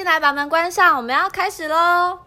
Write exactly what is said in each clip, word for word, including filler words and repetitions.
进来，把门关上，我们要开始咯。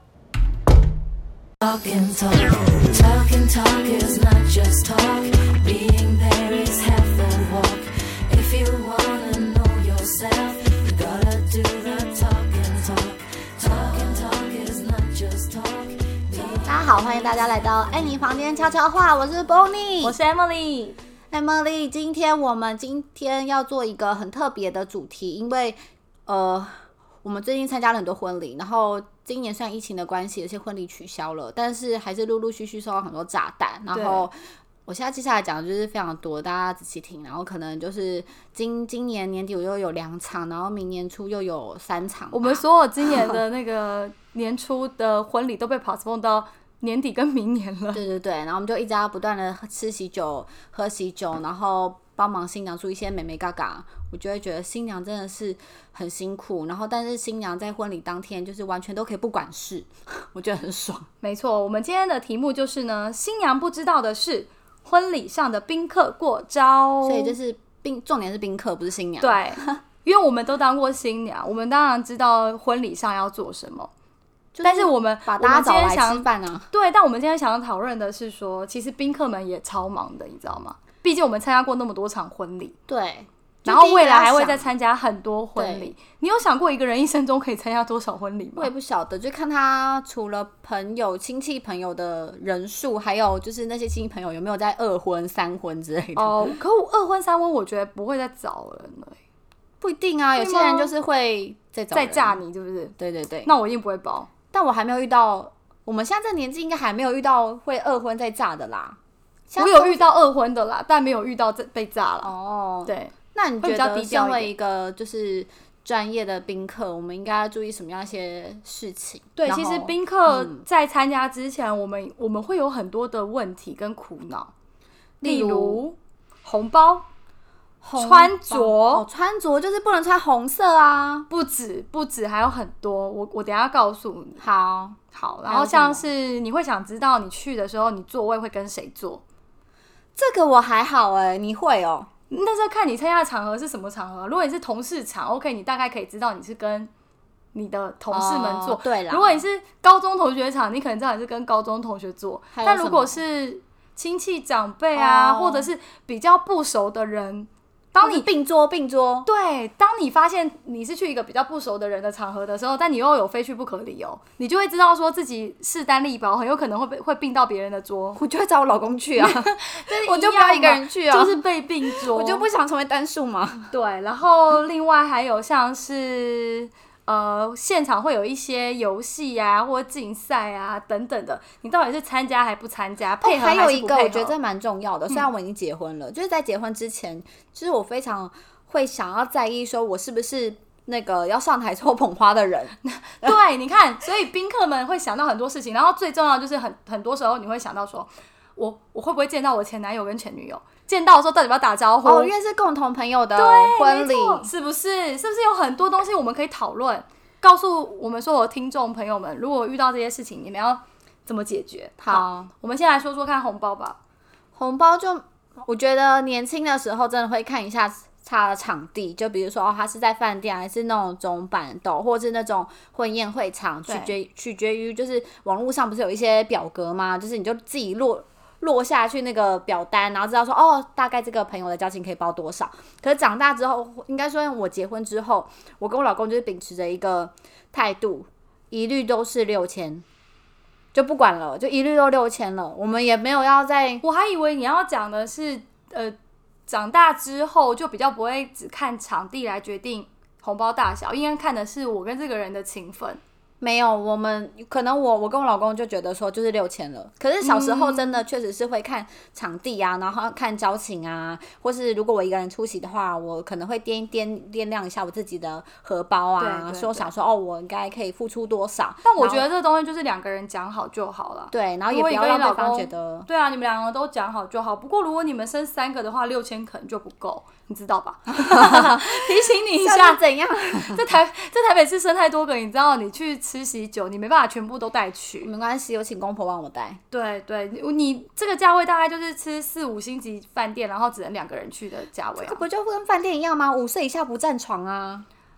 Talk and talk, talk and talk is not just talk. Being there is half the walk. If you wanna know yourself, you gotta do the talk and talk. Talk and talk is not just talk. 大家好，欢迎大家来到安妮房间悄悄话，我是 Bonnie， 我是 Emily。Emily， 今天我们今天要做一个很特别的主题，因为呃，我们最近参加了很多婚礼，然后今年虽然疫情的关系，有些婚礼取消了，但是还是陆陆续续收到很多炸弹。然后我现在接下来讲的就是非常多，大家仔细听。然后可能就是今今年年底我又有两场，然后明年初又有三场。 我们所有今年的那个年初的婚礼都被 postpone 到年底跟明年了。 对对对，然后我们就一直要不断的吃喜酒、喝喜酒，然后帮忙新娘出一些美美嘎嘎。我就会觉得新娘真的是很辛苦，然后但是新娘在婚礼当天就是完全都可以不管事，我觉得很爽。 没错，我们今天的题目就是呢，新娘不知道的是婚礼上的宾客过招， 所以就是宾，重点是宾客，不是新娘。 对，因为我们都当过新娘，我们当然知道婚礼上要做什么。就是、但是我们把大家找来吃饭啊， 对，但我们今天想要讨论的是说，其实宾客们也超忙的，你知道吗？毕竟我们参加过那么多场婚礼， 对， 然后未来还会再参加很多婚礼。你有想过一个人一生中可以参加多少婚礼吗？ 我也不晓得，就看他除了朋友、亲戚朋友的人数，还有就是那些亲戚朋友有没有在二婚、三婚之类的。 哦，可我二婚、三婚，我觉得不会再找人了。 不一定啊，有些人就是会再找人再炸你，是不是？ 对对对， 那我一定不会包。 但我还没有遇到，我们现在这个年纪应该还没有遇到会二婚再炸的啦。 我有遇到二婚的啦，但没有遇到被炸了。 哦， 对， 那你觉得身为一个就是专业的宾客，我们应该要注意什么样一些事情？ 对，其实宾客在参加之前，嗯、我们我们会有很多的问题跟苦恼，例如红包。穿着、 哦、穿着就是不能穿红色啊， 不止不止，还有很多。我我等一下告诉你。 好好，然后像是你会想知道你去的时候，你座位会跟谁坐？ 这个我还好哎、欸，你会哦？ 那时候看你参加的场合是什么场合。如果你是同事场 ，OK， 你大概可以知道你是跟你的同事们坐。 哦、对啦。 如果你是高中同学场，你可能知道你是跟高中同学坐。但如果是亲戚长辈啊、哦，或者是比较不熟的人。当你并桌并桌， 对，当你发现你是去一个比较不熟的人的场合的时候，但你又有非去不可理由，你就会知道说自己势单力薄，很有可能会被会并到别人的桌。 我就会找我老公去啊，我就不要一个人去啊， 就是被并桌， 我就不想成为单数嘛。 对，然后另外还有像是。呃，现场会有一些游戏啊，或竞赛啊等等的，你到底是参加还不参加？配合还是不配合？ 还有一个我觉得这蛮重要的，虽然我已经结婚了，嗯、就是在结婚之前，就是我非常会想要在意，说我是不是那个要上台抽捧花的人。 对，你看，所以宾客们会想到很多事情，然后最重要的就是很很多时候你会想到说，我我会不会见到我前男友跟前女友？见到的时候到底要不要打招呼？ 哦，因为是共同朋友的婚礼， 是不是？是不是有很多东西我们可以讨论？告诉我们所有的听众朋友们，如果遇到这些事情，你们要怎么解决？好，好我们先来说说看红包吧。 红包就我觉得年轻的时候真的会看一下他的场地，就比如说哦，他是在饭店还是那种中板斗，或是那种婚宴会场，取决取决于就是网络上不是有一些表格吗？就是你就自己落。落下去那个表单，然后知道说哦，大概这个朋友的交情可以包多少。可是长大之后，应该说我结婚之后，我跟我老公就是秉持着一个态度，一律都是六千，就不管了，就一律都六千了。我们也没有要再， 我还以为你要讲的是，呃，长大之后就比较不会只看场地来决定红包大小，应该看的是我跟这个人的情分。 没有，我们可能我我跟我老公就觉得说就是六千了。可是小时候真的确实是会看场地啊，然后看交情啊，或是如果我一个人出席的话，我可能会掂掂掂量一下我自己的荷包啊，对对对，说想说哦，我应该可以付出多少。 但我觉得这东西就是两个人讲好就好了。 对，然后也不要让对方觉得。 对啊，你们两个都讲好就好。不过如果你们生三个的话，六千可能就不够。你知道吧？提醒你一下， 怎样？ 在台在台北市生太多个，你知道，你去吃喜酒，你没办法全部都带去。 没关系，有请公婆帮我带。 对对，你这个价位大概就是吃四五星级饭店，然后只能两个人去的价位、啊。 这个不就跟饭店一样吗？五岁以下不占床啊。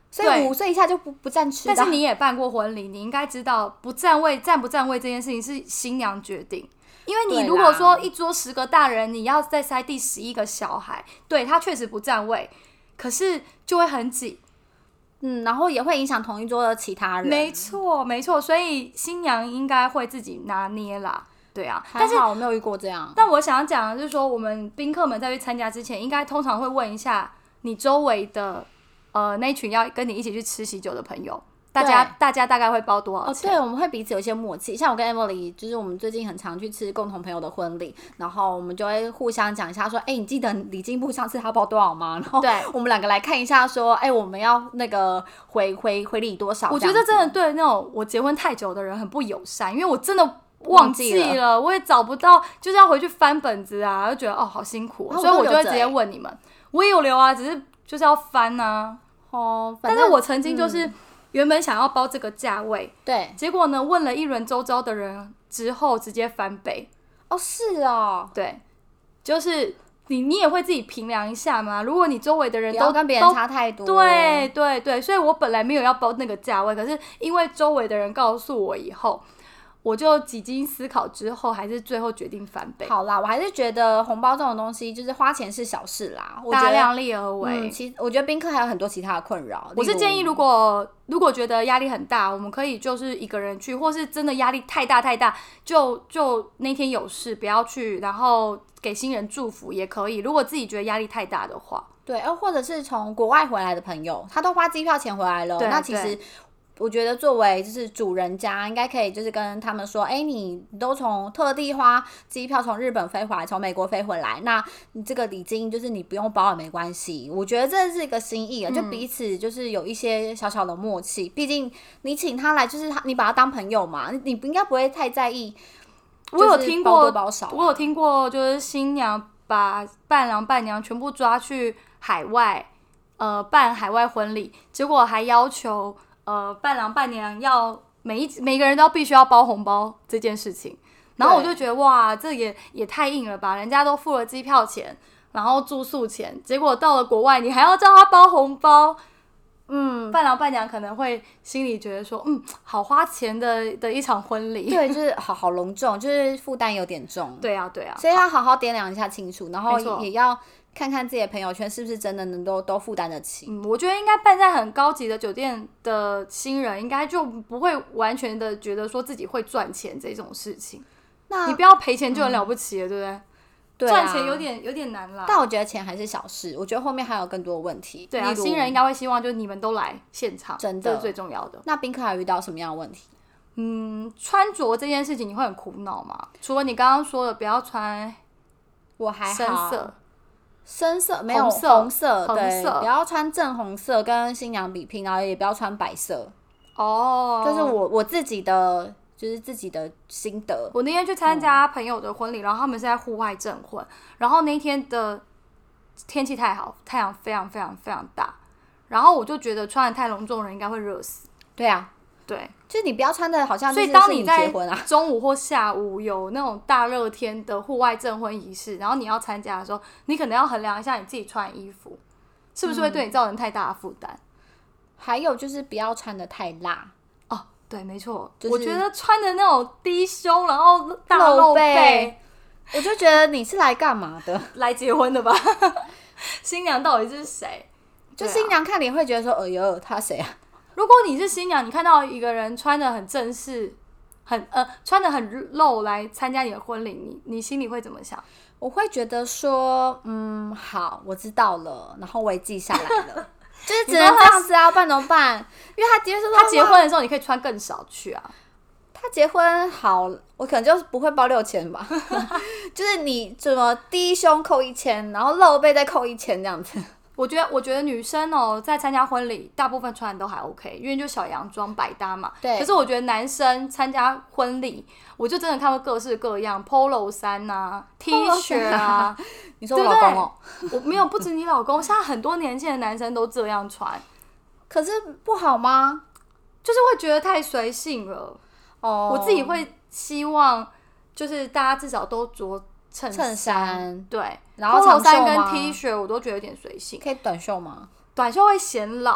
所以五岁以下就不不站吃的。 但是你也办过婚礼，你应该知道不站位站不站位这件事情是新娘决定。因为你如果说一桌十个大人，你要再塞第十一个小孩，对他确实不占位，可是就会很挤。 嗯，然后也会影响同一桌的其他人。 没错，没错，所以新娘应该会自己拿捏啦。对啊， 还好我没有遇过这样。 但我想要讲的就是说，我们宾客们在去参加之前，应该通常会问一下你周围的呃那群要跟你一起去吃喜酒的朋友，大家大家大概会包多少钱？ 哦，对，我们会彼此有一些默契。像我跟 Emily， 就是我们最近很常去吃共同朋友的婚礼，然后我们就会互相讲一下说，哎、欸，你记得礼金部上次他包多少吗？然后对， 我们两个来看一下说，哎、欸，我们要那个回回回礼多少？ 我觉得真的对那种我结婚太久的人很不友善，因为我真的忘记 了, 忘记了，我也找不到，就是要回去翻本子啊，就觉得哦好辛苦、喔，所以我就会直接问你们。我也有留啊，只是就是要翻啊。 哦， 但是我曾经就是。嗯原本想要包这个价位， 对， 结果呢，问了一轮周遭的人之后，直接翻倍。 哦，是哦， 对，就是你你也会自己评量一下嘛。如果你周围的人都不要跟别人差太多， 对对对，所以我本来没有要包那个价位，可是因为周围的人告诉我以后，我就几经思考之后，还是最后决定翻倍。 好啦，我还是觉得红包这种东西，就是花钱是小事啦，我大量力而为。 嗯，其实我觉得宾客还有很多其他的困扰。 我是建议，如果如果觉得压力很大，我们可以就是一个人去，或是真的压力太大太大，就就那天有事不要去，然后给新人祝福也可以。如果自己觉得压力太大的话， 对，或者是从国外回来的朋友，他都花机票钱回来了，那其实。我觉得作为就是主人家，应该可以就是跟他们说，哎、欸，你都从特地花机票从日本飞回来，从美国飞回来，那你这个礼金就是你不用包也没关系。我觉得这是一个心意啊，就彼此就是有一些小小的默契。毕竟你请他来，就是他你把他当朋友嘛，你不应该不会太在意。 我有听过， 包多包少啊、 我有听过，就是新娘把伴郎伴娘全部抓去海外，呃，办海外婚礼，结果还要求。呃，伴郎伴娘要每一每个人都必须要包红包这件事情，然后我就觉得哇，这也也太硬了吧！人家都付了机票钱，然后住宿钱，结果到了国外，你还要叫他包红包，嗯，伴郎伴娘可能会心里觉得说，嗯，好花钱的的一场婚礼， 对，就是好好隆重，就是负担有点重， 对啊，对啊， 所以要好好掂量一下清楚，然后也要。看看自己的朋友圈是不是真的能都都负担得起。 嗯，我觉得应该办在很高级的酒店的新人，应该就不会完全的觉得说自己会赚钱这种事情。那你不要赔钱就很了不起了，嗯、对不对？对、啊，赚钱有点有点难啦。 但我觉得钱还是小事，我觉得后面还有更多的问题。 对啊，新人应该会希望就是你们都来现场， 真的这是最重要的。 那宾客还有遇到什么样的问题？ 嗯，穿着这件事情你会很苦恼吗？除了你刚刚说的不要穿， 我还好深色。 深色没有红色， 红色， 红对， 色不要穿正红色跟新娘比拼，然后也不要穿白色。 哦， 这是我我自己的，就是自己的心得。 我那天去参加朋友的婚礼，嗯、然后他们是在户外证婚，然后那天的天气太好，太阳非常非常非常大，然后我就觉得穿得太隆重的人应该会热死。 对啊。 对， 就是你不要穿的好像就是所以当你在结婚啊， 中午或下午有那种大热天的户外证婚仪式，然后你要参加的时候，你可能要衡量一下你自己穿的衣服是不是会对你造成太大的负担、嗯。 还有就是不要穿的太辣哦，对，没错、就是， 我觉得穿的那种低胸然后大露背， 背我就觉得你是来干嘛的？ 来结婚的吧？新娘到底是谁？ 就新娘看脸会觉得说，哎呦，他谁啊？ 如果你是新娘，你看到一个人穿得很正式，很呃穿得很露来参加你的婚礼，你你心里会怎么想？ 我会觉得说，嗯，好，我知道了，然后我也记下来了，就是只能这样子啊，办怎么办？因为他结婚， 他结婚的时候你可以穿更少去啊。 他结婚好，我可能就不会包六千吧，就是你怎么低胸扣一千，然后露背再扣一千这样子。 我觉得，我觉得女生哦，在参加婚礼，大部分穿的都还 OK， 因为就小洋装百搭嘛。 对。 可是我觉得男生参加婚礼，我就真的看过各式各样 ，polo 衫啊 ，T 恤啊。 你说我老公哦？ 我没有，不止你老公，现在很多年轻的男生都这样穿。 可是不好吗？ 就是会觉得太随性了。哦。我自己会希望，就是大家至少都着衬衬衫， 对。 然后长袖衫跟 T 恤我都觉得有点随性。 可以短袖吗？ 短袖会显老，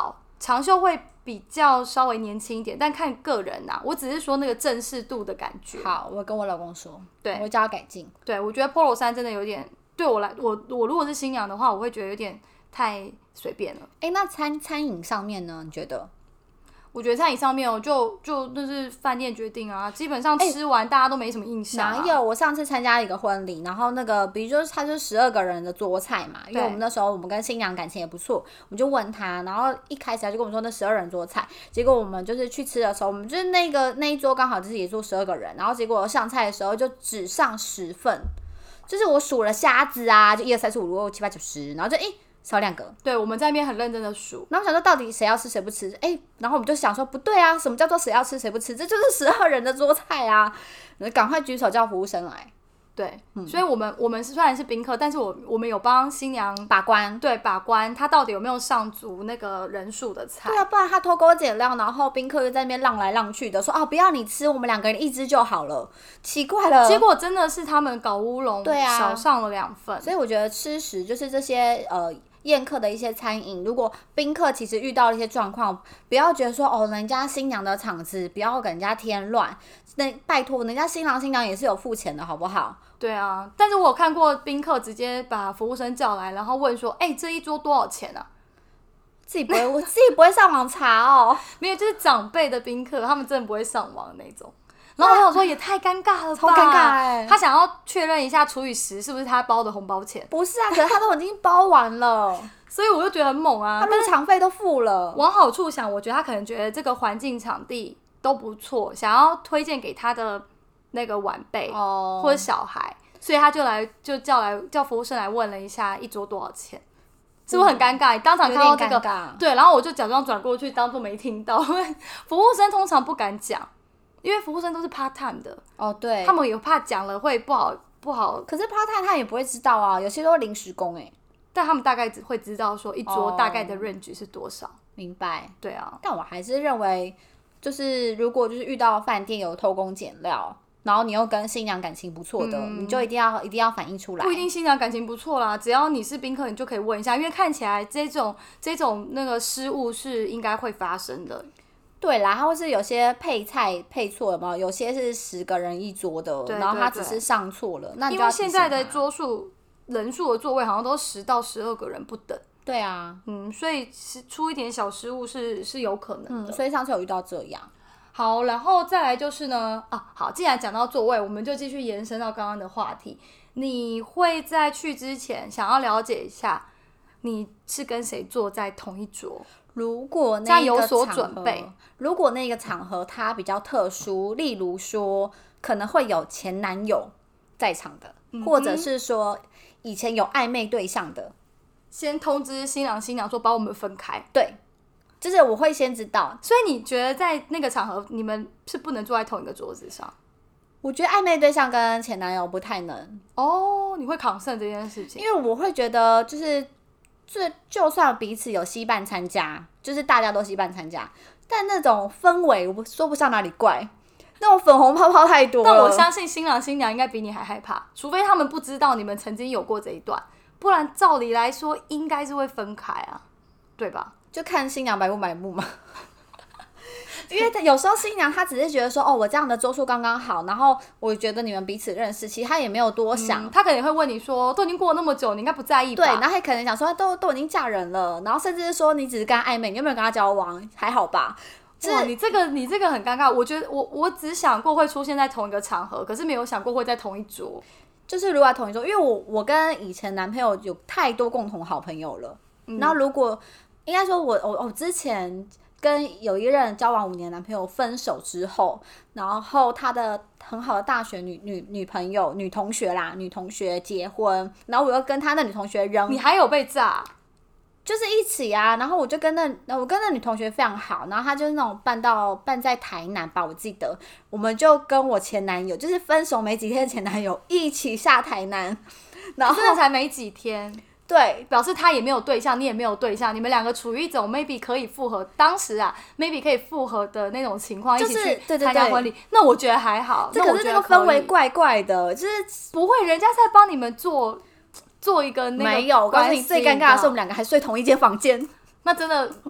长袖会比较稍微年轻一点，但看个人呐、啊。我只是说那个正式度的感觉。 好，我跟我老公说， 对， 我会叫他改进。 对，我觉得 polo 衫真的有点对我来，我我如果是新娘的话，我会觉得有点太随便了。 哎、欸，那餐餐饮上面呢？你觉得？ 我觉得餐饮上面哦，就就那是饭店决定啊，基本上吃完大家都没什么印象、啊。 哪有？我上次参加一个婚礼，然后那个比如说他就十二个人的桌菜嘛，因为我们那时候我们跟新娘感情也不错，我们就问他，然后一开始他就跟我们说那十二人桌菜，结果我们就是去吃的时候，我们就是那个那一桌刚好就是也坐十二个人，然后结果上菜的时候就只上十份，就是我数了虾子啊，就一二三四五六七八九十，然后就诶。欸少两个， 对，我们在那边很认真的数， 然后想说到底谁要吃谁不吃，哎、欸，然后我们就想说不对啊，什么叫做谁要吃谁不吃？这就是十二人的桌菜啊，赶快举手叫服务生来。 对，嗯、所以我们我们虽然是宾客，但是我我们有帮新娘把关， 对，把关，他到底有没有上足那个人数的菜？ 对啊，不然他偷工减料，然后宾客又在那边浪来浪去的，说啊不要你吃，我们两个人一只就好了，奇怪了。 结果真的是他们搞乌龙， 对啊， 少上了两份。 所以我觉得吃食就是这些呃。宴客的一些餐饮，如果宾客其实遇到了一些状况，不要觉得说哦，人家新娘的场子不要给人家添乱，那拜托人家新郎新娘也是有付钱的好不好？ 对啊，但是我有看过宾客直接把服务生叫来，然后问说，哎、欸，这一桌多少钱啊？ 自己不会，我自己不会上网查哦。 没有，就是长辈的宾客，他们真的不会上网的那种。然后我想说也太尴尬了吧， 超尴尬哎、欸！ 他想要确认一下除以十是不是他包的红包钱？ 不是啊，可是他都已经包完了， 所以我就觉得很猛啊。 他入场费都付了。 往好处想，我觉得他可能觉得这个环境场地都不错，想要推荐给他的那个晚辈、哦、或者小孩，所以他就来就叫来叫服务生来问了一下一桌多少钱。是不是很尴尬？你当场看到这个，对，然后我就假装转过去，当作没听到。服务生通常不敢讲。因为服务生都是 part time 的哦，对， 他们也怕讲了会不好不好。 可是 part time 他也不会知道啊，有些都是临时工哎、欸， 但他们大概只会知道说一桌大概的 range 是多少。哦、 明白？ 对啊， 但我还是认为，就是如果就是遇到饭店有偷工减料，然后你又跟新娘感情不错的，嗯、你就一定要一定要反映出来。 不一定新娘感情不错啦，只要你是宾客，你就可以问一下，因为看起来这种这种那个失误是应该会发生的。 对啦，它会是有些配菜配错了嘛，有些是十个人一桌的，对对对，然后他只是上错了，那你就要因为现在的桌数人数的座位好像都十到十二个人不等。 对啊， 嗯，所以出一点小失误是是有可能的。 嗯，所以上次有遇到这样。 好，然后再来就是呢，啊，好，既然讲到座位，我们就继续延伸到刚刚的话题。你会在去之前想要了解一下，你是跟谁坐在同一桌？如果那个有所准备， 如果那个场合它比较特殊，例如说可能会有前男友在场的，嗯、或者是说以前有暧昧对象的， 先通知新郎新娘说把我们分开。 对，就是我会先知道。 所以你觉得在那个场合你们是不能坐在同一个桌子上？ 我觉得暧昧对象跟前男友不太能哦，你会抗胜这件事情， 因为我会觉得就是就就算彼此有稀办参加，就是大家都稀办参加，但那种氛围我说不上哪里怪，那种粉红泡泡太多了。 但我相信新郎新娘应该比你还害怕，除非他们不知道你们曾经有过这一段，不然照理来说应该是会分开啊，对吧？ 就看新娘白不白目嘛。因为有时候新娘她只是觉得说，哦，我这样的桌数刚刚好，然后我觉得你们彼此认识，其实她也没有多想。 嗯、她可能会问你说，都已经过了那么久，你应该不在意吧？ 对，然后她可能想说，都都已经嫁人了，然后甚至是说你只是跟她暧昧，你有没有跟她交往？还好吧？ 哇，你这个你这个很尴尬。我觉得我我只想过会出现在同一个场合，可是没有想过会在同一桌。 就是如果在同一桌，因为我我跟以前男朋友有太多共同好朋友了，嗯、然后如果应该说我我我之前。跟有一任交往五年的男朋友分手之后，然后他的很好的大学女女女朋友、女同学啦，女同学结婚，然后我又跟他那女同学扔， 你还有被炸， 就是一起啊。然后我就跟那我跟那女同学非常好，然后他就是那种办到办在台南吧，我记得，我们就跟我前男友，就是分手没几天的前男友一起下台南，然后真的才没几天。 对， 表示他也没有对象，你也没有对象，你们两个处于一种 maybe 可以复合，当时啊 maybe 可以复合的那种情况， 就是一起去参加婚礼。对对对，那我觉得还好。 这可是那个氛围怪怪的，就是不会，人家在帮你们做做一个那个。 没有，我告诉你，最尴尬的是我们两个还睡同一间房间， 那真的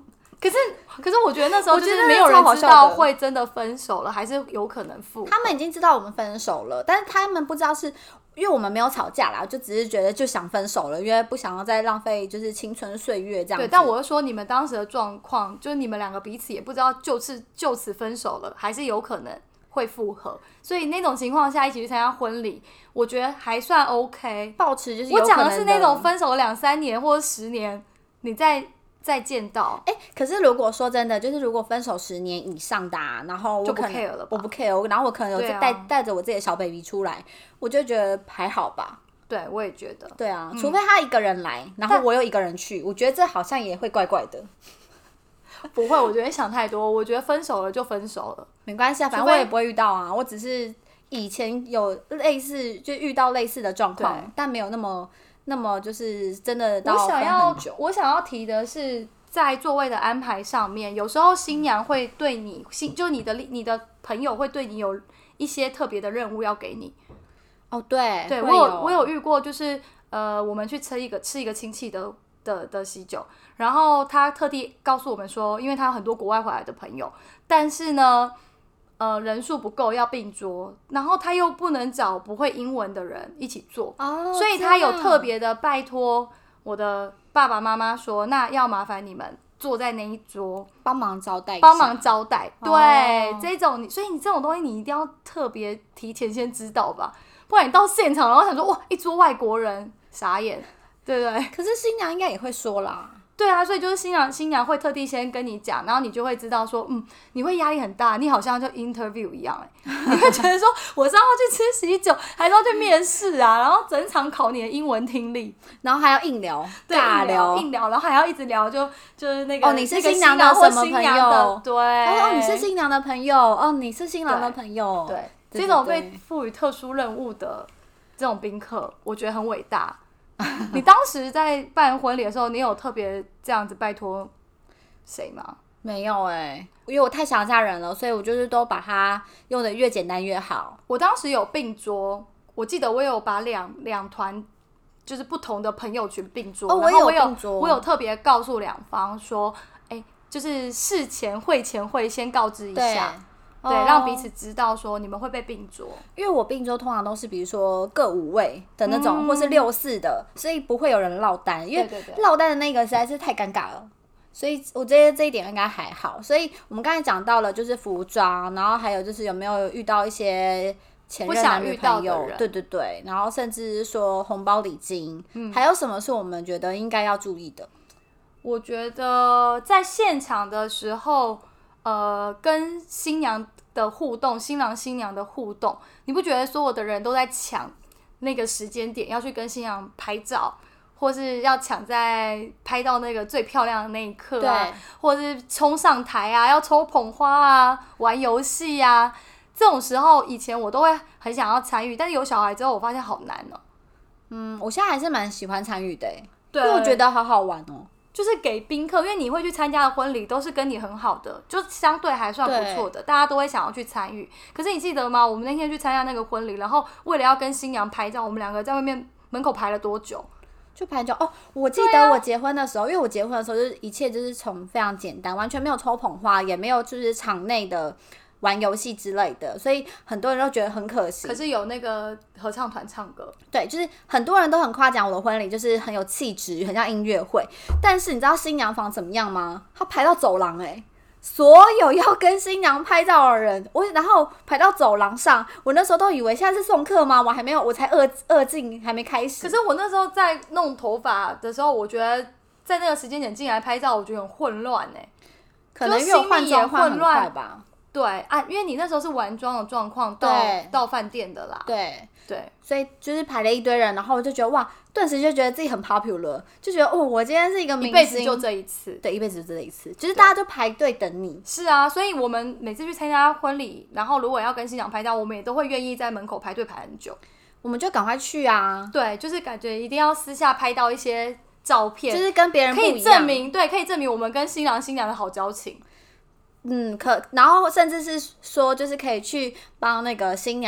可是可是我觉得那时候就我觉得是没有人知超好笑的道会真的分手了，还是有可能复合。 他们已经知道我们分手了，但是他们不知道是因为我们没有吵架啦，就只是觉得就想分手了，因为不想要再浪费就是青春岁月这样子。 对，但我是说你们当时的状况，就是你们两个彼此也不知道就是就此分手了，还是有可能会复合，所以那种情况下一起去参加婚礼，我觉得还算 OK。 抱持就是有可能我讲的是那种分手两三年或者十年，你再再见到， 哎、欸，可是如果说真的，就是如果分手十年以上的、啊，然后我就不可能 care 了吧我不 care， 然后我可能有带带着我自己的小 baby 出来，我就觉得还好吧。 对，我也觉得。 对啊，嗯、除非他一个人来，然后我又一个人去，我觉得这好像也会怪怪的。 不会，我觉得想太多。我觉得分手了就分手了， 没关系啊，反正我也不会遇到啊。我只是以前有类似，就遇到类似的状况，但没有那么那么就是真的到分很久。 我想要提的是，在座位的安排上面，有时候新娘会对你，新就你的你的朋友会对你有一些特别的任务要给你。 哦，对， 对我有我有遇过，就是呃，我们去吃一个吃一个亲戚的的的喜酒，然后他特地告诉我们说，因为他有很多国外回来的朋友，但是呢，呃，人数不够要并桌，然后他又不能找不会英文的人一起坐， 哦， 所以他有特别的拜托我的爸爸妈妈说，那要麻烦你们坐在那一桌， 帮忙招待， 帮忙招待。对， 哦、 这种，所以你这种东西你一定要特别提前先知道吧，不然你到现场然后想说哇，一桌外国人，傻眼，对不对？ 可是新娘应该也会说啦。 对啊，所以就是新娘新娘会特地先跟你讲，然后你就会知道说，嗯，你会压力很大，你好像就 interview 一样、欸，你会觉得说我是要去吃喜酒，还是要去面试啊？然后整场考你的英文听力， 然后还要硬聊，尬聊，硬聊，然后还要一直聊，就就是那个哦，你是新娘的什么朋友？ 对， 哦，你是新娘的朋友，哦，你是新郎的朋友， 对，对这种被赋予特殊任务的这种宾客，我觉得很伟大。你当时在办婚礼的时候，你有特别这样子拜托谁吗？ 没有哎、欸，因为我太想嫁人了，所以我就是都把它用的越简单越好。 我当时有并桌，我记得我有把两两团就是不同的朋友群并桌， 哦， 然后我有并桌， 我有特别告诉两方说，哎、欸，就是事前会前会先告知一下。对，让彼此知道说你们会被并桌， 因为我并桌通常都是比如说各五位的那种，嗯、或是六四的，所以不会有人落单，因为落单的那个实在是太尴尬了，所以我觉得这一点应该还好。所以我们刚才讲到了就是服装，然后还有就是有没有遇到一些前任男女朋友，对对对，然后甚至说红包礼金，嗯、还有什么是我们觉得应该要注意的？ 我觉得在现场的时候，呃，跟新娘的互动，新郎新娘的互动，你不觉得所有的人都在抢那个时间点要去跟新娘拍照，或是要抢在拍到那个最漂亮的那一刻啊，或是冲上台啊，要抽捧花啊，玩游戏啊，这种时候以前我都会很想要参与，但是有小孩之后我发现好难哦、喔。 嗯，我现在还是蛮喜欢参与的、欸， 对， 因为我觉得好好玩哦、喔。 就是给宾客，因为你会去参加的婚礼都是跟你很好的，就相对还算不错的，大家都会想要去参与。可是你记得吗？我们那天去参加那个婚礼，然后为了要跟新娘拍照，我们两个在外面门口排了多久？ 就排久哦！我记得我结婚的时候，啊、因为我结婚的时候就是一切就是从非常简单，完全没有抽捧花，也没有就是场内的玩游戏之类的，所以很多人都觉得很可惜。 可是有那个合唱团唱歌， 对，就是很多人都很夸奖我的婚礼，就是很有气质，很像音乐会。但是你知道新娘房怎么样吗？他排到走廊哎、欸，所有要跟新娘拍照的人，我然后排到走廊上，我那时候都以为现在是送客吗？我还没有，我才二二进还没开始。 可是我那时候在弄头发的时候，我觉得在那个时间点进来拍照，我觉得很混乱哎、欸， 可能因为我换装换很快吧。 对啊，因为你那时候是完妆的状况到到饭店的啦， 对对， 所以就是排了一堆人，然后我就觉得哇，顿时就觉得自己很 popular， 就觉得哦，我今天是一个明星， 一辈子就这一次， 对，一辈子就这一次，就是大家就排队等你。 是啊，所以我们每次去参加婚礼，然后如果要跟新娘拍照，我们也都会愿意在门口排队排很久， 我们就赶快去啊。 对，就是感觉一定要私下拍到一些照片， 就是跟别人不一样， 可以证明，对，可以证明我们跟新郎新娘的好交情。 嗯，可然后甚至是说，就是可以去帮那个新娘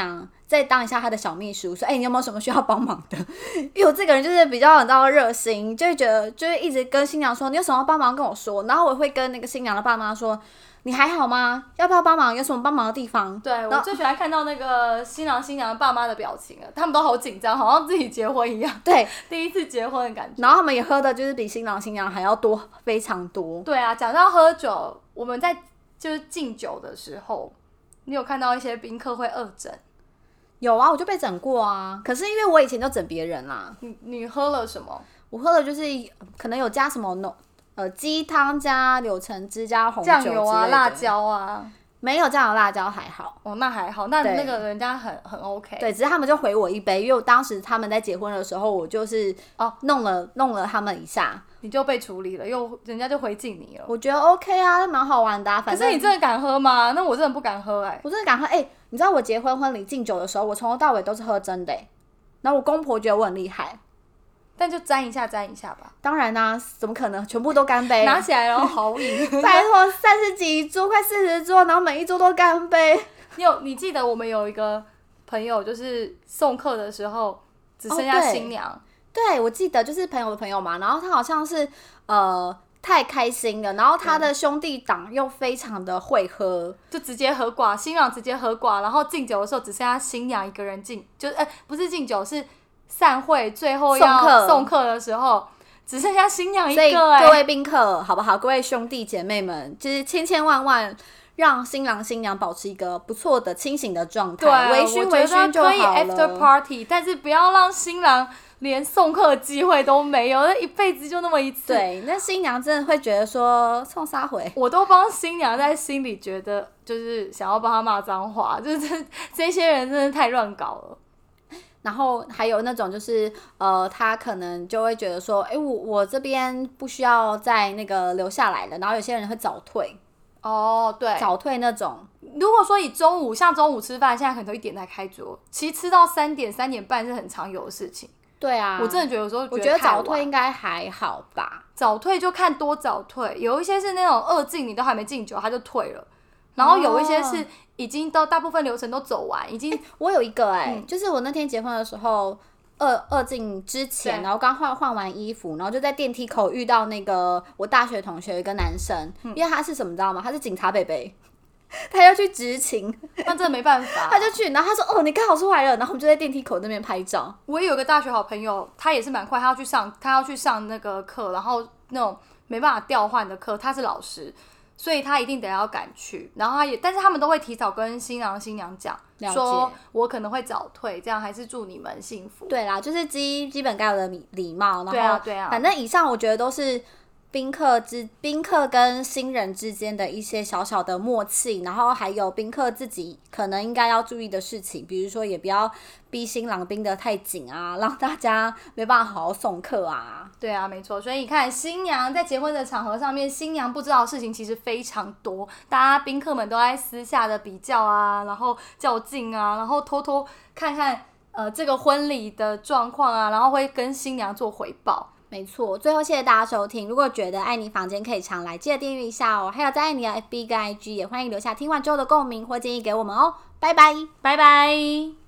再当一下他的小秘书，说：“哎、欸，你有没有什么需要帮忙的？”因为我这个人就是比较很到热心，就会觉得就会一直跟新娘说：“你有什么帮忙跟我说。”然后我会跟那个新娘的爸妈说：“你还好吗？要不要帮忙？有什么帮忙的地方？” 对，我最喜欢看到那个新郎新娘的爸妈的表情了，他们都好紧张，好像自己结婚一样。 对， 第一次结婚的感觉。 然后他们也喝的就是比新郎新娘还要多，非常多。 对啊，讲到喝酒，我们在就是敬酒的时候，你有看到一些宾客会恶整？ 有啊，我就被整过啊。可是因为我以前就整别人啦。 你你喝了什么？ 我喝的就是可能有加什么浓呃鸡汤加柳橙汁加红酒酱油啊、辣椒椒啊。 没有酱油辣椒还好哦，那还好，那那个人家很很 OK。 对，只是他们就回我一杯，因为我当时他们在结婚的时候，我就是哦弄了弄了他们一下， 你就被处理了，又人家就回敬你了。 我觉得 OK 啊，蛮好玩的、啊。反正可是你真的敢喝吗？那我真的不敢喝哎、欸。 我真的敢喝哎、欸！你知道我结婚婚礼敬酒的时候，我从头到尾都是喝真的、欸，然后我公婆觉得我很厉害。 但就沾一下沾一下吧。 当然啦、啊，怎么可能全部都干杯？ 拿起来然后豪饮。 拜托，三十几桌，快四十桌，然后每一桌都干杯。 你有你记得我们有一个朋友，就是送客的时候只剩下新娘。哦、 对, 对，我记得就是朋友的朋友嘛，然后他好像是呃太开心了，然后他的兄弟党又非常的会喝， 就直接喝寡，新郎直接喝寡，然后敬酒的时候只剩下新娘一个人敬，就是哎、欸、不是敬酒是。散会最后要送客的时候，只剩下新娘一个、欸。 所以各位宾客，好不好？各位兄弟姐妹们，就是千千万万让新郎新娘保持一个不错的清醒的状态，微醺微醺就好了。 可以 after party， 但是不要让新郎连送客的机会都没有，那一辈子就那么一次。 对，那新娘真的会觉得说冲啥回？ 我都帮新娘在心里觉得，就是想要帮她骂脏话，就是这些人真的太乱搞了。 然后还有那种就是呃，他可能就会觉得说，哎，我我这边不需要再那个留下来了。然后有些人会早退， 哦，对， 早退那种。 如果说以中午，像中午吃饭，现在可能都一点才开桌，其实吃到三点、三点半是很常有的事情。 对啊， 我真的觉得有时候我觉得早退应该还好吧。 早退就看多早退，有一些是那种二敬，你都还没敬酒他就退了。然后有一些是已经都大部分流程都走完，已经、 欸、我有一个哎、欸嗯，就是我那天结婚的时候，二二敬之前，然后刚换换完衣服，然后就在电梯口遇到那个我大学同学有一个男生，嗯、因为他是什么知道吗？他是警察北北，他要去执勤， 那真的没办法， 他就去，然后他说哦，你刚好出来了，然后我们就在电梯口那边拍照。 我也有个大学好朋友，他也是蛮快，他要去上他要去上那个课，然后那种没办法调换的课，他是老师。所以他一定得要赶去，然后他也，但是他们都会提早跟新郎新娘讲，说我可能会早退，这样还是祝你们幸福。 对啦，就是基基本该有的礼貌，然后对啊对啊， 反正以上我觉得都是宾客之宾客跟新人之间的一些小小的默契，然后还有宾客自己可能应该要注意的事情，比如说也不要逼新郎逼得太紧啊，让大家没办法好好送客啊。 对啊，没错。所以你看，新娘在结婚的场合上面，新娘不知道的事情其实非常多，大家宾客们都在私下的比较啊，然后较劲啊，然后偷偷看看呃这个婚礼的状况啊，然后会跟新娘做回报。 没错，最后谢谢大家收听。如果觉得爱你房间可以常来，记得订阅一下哦。还有在爱你的 F B 跟 I G 也欢迎留下听完之后的共鸣或建议给我们哦。拜拜， 拜拜。